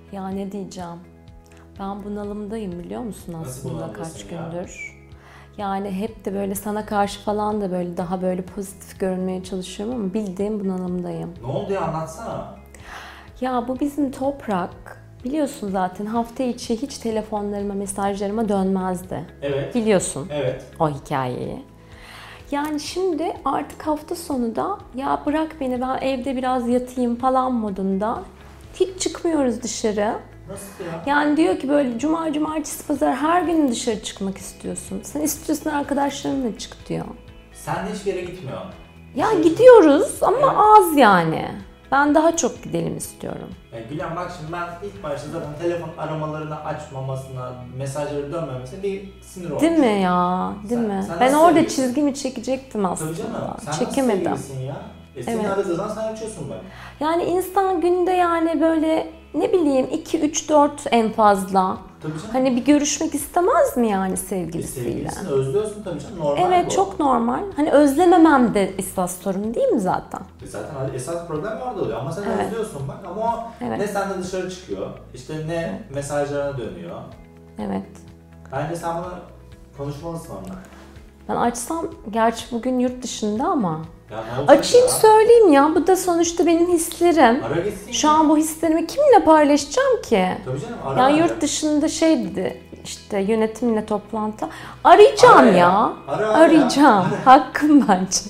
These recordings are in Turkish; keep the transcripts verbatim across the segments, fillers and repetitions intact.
Ya ne diyeceğim? Ben bunalımdayım biliyor musun Nasıl aslında kaç ya? gündür. Yani hep de böyle sana karşı falan da böyle daha böyle pozitif görünmeye çalışıyorum ama bildiğim bunalımdayım. Ne oldu ya, anlatsana. Ya bu bizim Toprak biliyorsun zaten hafta içi hiç telefonlarıma, mesajlarıma dönmezdi. Evet. Biliyorsun Evet. o hikayeyi. Yani şimdi artık hafta sonu da ya bırak beni ben evde biraz yatayım falan modunda. Hiç çıkmıyoruz dışarı. Nasıl ya? Yani diyor ki böyle cuma, cumartesi, pazar her gün dışarı çıkmak istiyorsun. Sen istiyorsun arkadaşlarınla çık diyor. Sen de hiçbir yere gitmiyorsun. Ya Dışarı gidiyoruz ama Evet. az yani. Ben daha çok gidelim istiyorum. Ya Gülen bak şimdi ben ilk başta zaten telefon aramalarını açmamasına, mesajları dönmemesine bir sinir oldum. Değil mi ya? Değil Sen- mi? sen ben nasıl orada sevgilisin? çizgimi çekecektim Tabii aslında. canım. Sen Çekemedim. nasıl sevgilisin ya? E seni Evet. aradığı zaman sen açıyorsun bak. Yani insan günde yani böyle ne bileyim iki üç dört en fazla. Tabii canım. Hani bir görüşmek istemez mi yani E sevgilisiyle? sevgilisin, özlüyorsun tabii canım. Normal Evet bu. çok normal. Hani özlememem de esas sorun değil mi zaten? E zaten esas problem orada oluyor ama sen Evet. özlüyorsun bak ama o Evet. ne senden dışarı çıkıyor, işte ne mesajlarına dönüyor. Evet. Bence sen bunu konuşmalısın onunla. Ben açsam, gerçi bugün yurt dışında ama. Ya ne olacak Açayım ya? söyleyeyim ya. Bu da sonuçta benim hislerim. Ara gitsin. Şu an bu hislerimi kimle paylaşacağım ki? Tabii canım, ara. Yani ara. yurt dışında şey dedi, işte yönetimle toplantı. Arayacağım Ara ya. ya. Ara, ara Arayacağım. ya. Hakkım bence.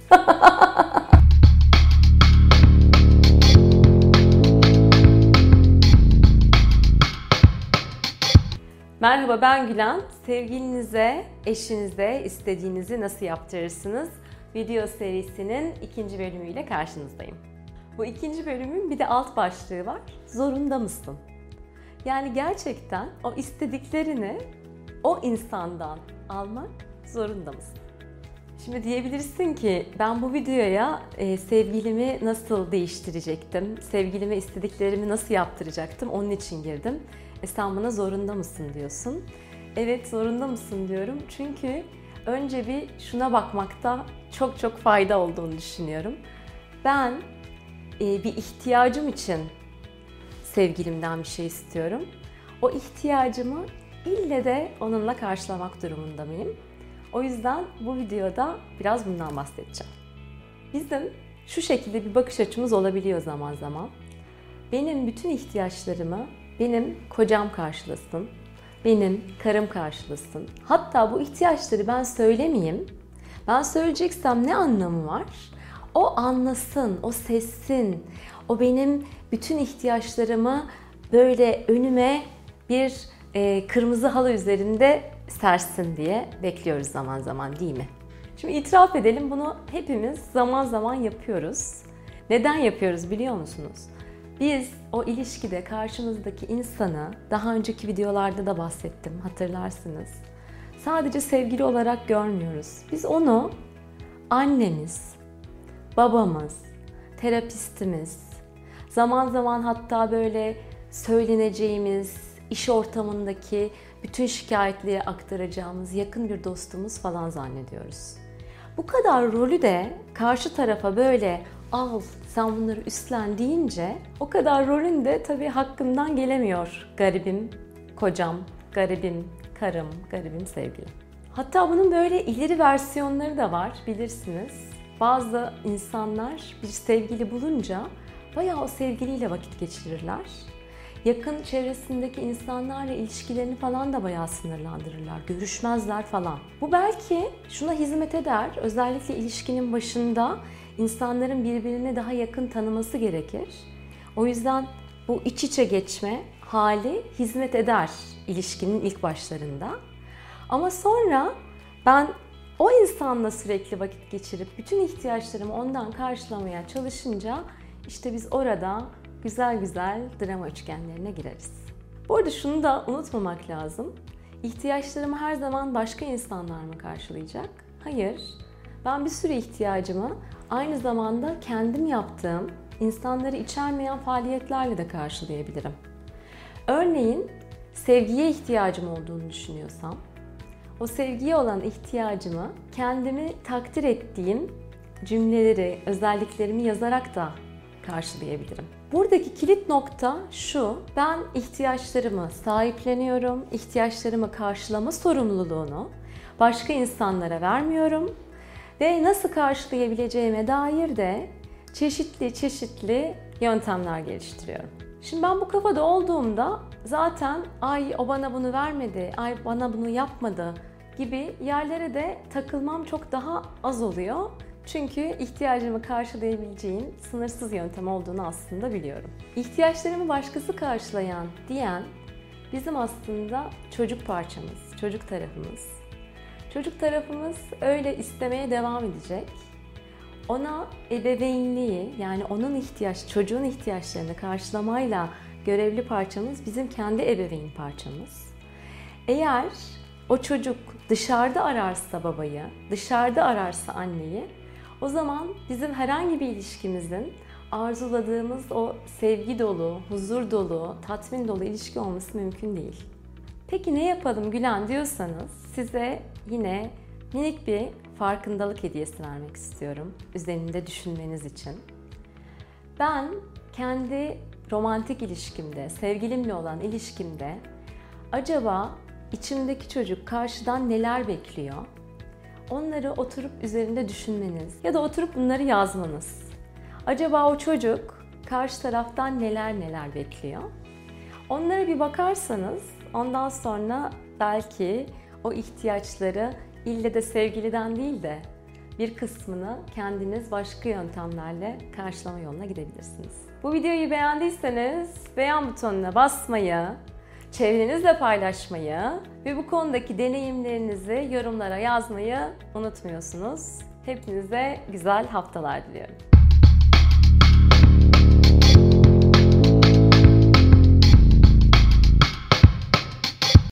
Merhaba ben Gülen. Sevgilinize, eşinize istediğinizi nasıl yaptırırsınız? Video serisinin ikinci bölümüyle karşınızdayım. Bu ikinci bölümün bir de alt başlığı var. Zorunda mısın? Yani gerçekten o istediklerini o insandan almak zorunda mısın? Şimdi diyebilirsin ki ben bu videoya e, sevgilimi nasıl değiştirecektim, sevgilime istediklerimi nasıl yaptıracaktım onun için girdim. E sen buna zorunda mısın diyorsun. Evet zorunda mısın diyorum çünkü önce bir şuna bakmakta çok çok fayda olduğunu düşünüyorum. Ben e, bir ihtiyacım için sevgilimden bir şey istiyorum. O ihtiyacımı ille de onunla karşılamak durumunda mıyım? O yüzden bu videoda biraz bundan bahsedeceğim. Bizim şu şekilde bir bakış açımız olabiliyor zaman zaman. Benim bütün ihtiyaçlarımı benim kocam karşılasın, benim karım karşılasın. Hatta bu ihtiyaçları ben söylemeyeyim. Ben söyleyeceksem ne anlamı var? O anlasın, o sessin, o benim bütün ihtiyaçlarımı böyle önüme bir e, kırmızı halı üzerinde sersin diye bekliyoruz zaman zaman değil mi? Şimdi itiraf edelim bunu hepimiz zaman zaman yapıyoruz. Neden yapıyoruz biliyor musunuz? Biz o ilişkide karşımızdaki insanı daha önceki videolarda da bahsettim hatırlarsınız. Sadece sevgili olarak görmüyoruz. Biz onu annemiz, babamız, terapistimiz, zaman zaman hatta böyle söyleneceğimiz, iş ortamındaki bütün şikayetleri aktaracağımız yakın bir dostumuz falan zannediyoruz. Bu kadar rolü de karşı tarafa böyle al sen bunları üstlen deyince o kadar rolün de tabii hakkından gelemiyor garibim kocam, garibim karım, garibim sevgilim. Hatta bunun böyle ileri versiyonları da var bilirsiniz. Bazı insanlar bir sevgili bulunca bayağı o sevgiliyle vakit geçirirler. Yakın çevresindeki insanlarla ilişkilerini falan da bayağı sınırlandırırlar, görüşmezler falan. Bu belki şuna hizmet eder, özellikle ilişkinin başında insanların birbirini daha yakın tanıması gerekir. O yüzden bu iç içe geçme hali hizmet eder ilişkinin ilk başlarında. Ama sonra ben o insanla sürekli vakit geçirip bütün ihtiyaçlarımı ondan karşılamaya çalışınca işte biz orada güzel güzel drama üçgenlerine gireriz. Bu arada şunu da unutmamak lazım. İhtiyaçlarımı her zaman başka insanlar mı karşılayacak? Hayır. Ben bir sürü ihtiyacımı aynı zamanda kendim yaptığım, insanları içermeyen faaliyetlerle de karşılayabilirim. Örneğin sevgiye ihtiyacım olduğunu düşünüyorsam, o sevgiye olan ihtiyacımı kendimi takdir ettiğim cümleleri, özelliklerimi yazarak da karşılayabilirim? Buradaki kilit nokta şu: ben ihtiyaçlarımı sahipleniyorum, ihtiyaçlarımı karşılama sorumluluğunu başka insanlara vermiyorum ve nasıl karşılayabileceğime dair de çeşitli çeşitli yöntemler geliştiriyorum. Şimdi ben bu kafada olduğumda zaten ay o bana bunu vermedi, ay bana bunu yapmadı gibi yerlere de takılmam çok daha az oluyor. Çünkü ihtiyacımı karşılayabileceğin sınırsız yöntem olduğunu aslında biliyorum. İhtiyaçlarımı başkası karşılayan diyen bizim aslında çocuk parçamız, çocuk tarafımız. Çocuk tarafımız öyle istemeye devam edecek. Ona ebeveynliği, yani onun ihtiyaç, çocuğun ihtiyaçlarını karşılamayla görevli parçamız bizim kendi ebeveyn parçamız. Eğer o çocuk dışarıda ararsa babayı, dışarıda ararsa anneyi, o zaman bizim herhangi bir ilişkimizin arzuladığımız o sevgi dolu, huzur dolu, tatmin dolu ilişki olması mümkün değil. Peki ne yapalım Gülen diyorsanız, size yine minik bir farkındalık hediyesi vermek istiyorum üzerinde düşünmeniz için. Ben kendi romantik ilişkimde, sevgilimle olan ilişkimde acaba içimdeki çocuk karşıdan neler bekliyor? Onları oturup üzerinde düşünmeniz ya da oturup bunları yazmanız. Acaba o çocuk karşı taraftan neler neler bekliyor? Onlara bir bakarsanız ondan sonra belki o ihtiyaçları ille de sevgiliden değil de bir kısmını kendiniz başka yöntemlerle karşılama yoluna gidebilirsiniz. Bu videoyu beğendiyseniz beğen butonuna basmayı, çevrenizle paylaşmayı ve bu konudaki deneyimlerinizi yorumlara yazmayı unutmuyorsunuz. Hepinize güzel haftalar diliyorum.